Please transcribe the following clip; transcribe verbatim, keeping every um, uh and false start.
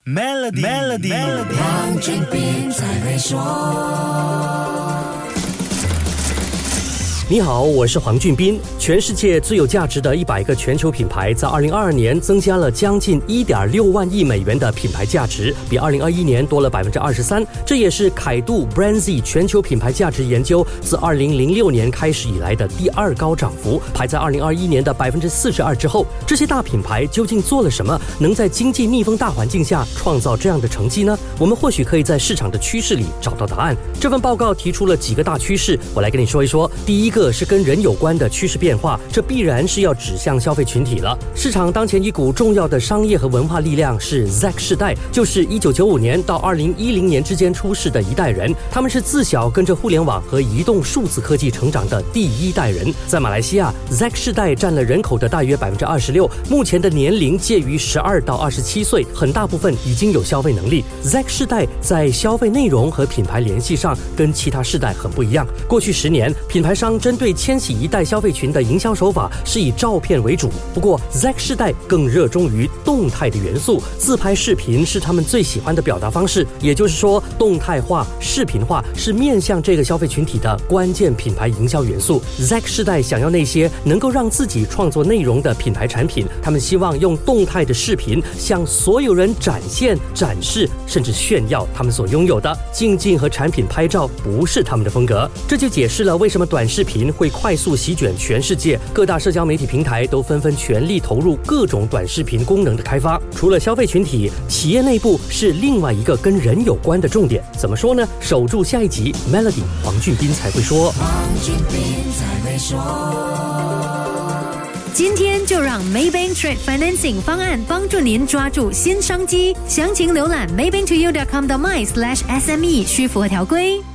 Melody Melody， 黄俊斌才会说。 你好，我是黄俊斌。全世界最有价值的一百个全球品牌，在二零二二年增加了将近一点六万亿美元的品牌价值，比二零二一年多了百分之二十三。这也是凯度 BrandZ 全球品牌价值研究自二零零六年开始以来的第二高涨幅，排在二零二一年的百分之四十二之后。这些大品牌究竟做了什么，能在经济逆风大环境下创造这样的成绩呢？我们或许可以在市场的趋势里找到答案。这份报告提出了几个大趋势，我来跟你说一说。第一个是跟人有关的趋势变化，这必然是要指向消费群体了。市场当前一股重要的商业和文化力量是 Z 世代，就是一九九五年到二零一零年之间出世的一代人，他们是自小跟着互联网和移动数字科技成长的第一代人。在马来西亚 Z 世代占了人口的大约百分之二十六，目前的年龄介于十二到二十七岁，很大部分已经有消费能力。Z 世代在消费内容和品牌联系上跟其他世代很不一样。过去十年，品牌商针对千禧一代消费群的营销手法是以照片为主，不过 Z 世代更热衷于动态的元素，自拍视频是他们最喜欢的表达方式。也就是说，动态化、视频化是面向这个消费群体的关键品牌营销元素。Z 世代想要那些能够让自己创作内容的品牌产品，他们希望用动态的视频向所有人展现、展示，甚至炫耀他们所拥有的。静静和产品拍照不是他们的风格，这就解释了为什么短视频会快速席卷全世界，各大社交媒体平台都纷纷全力投入各种短视频功能的开发。除了消费群体，企业内部是另外一个跟人有关的重点。怎么说呢？守住下一集 Melody 黄俊斌才会说。 黄俊斌才会说。 今天就让 Maybank Trade Financing 方案帮助您抓住新商机。详情浏览 maybank to you dot com dot my slash S M E， 需符合条规。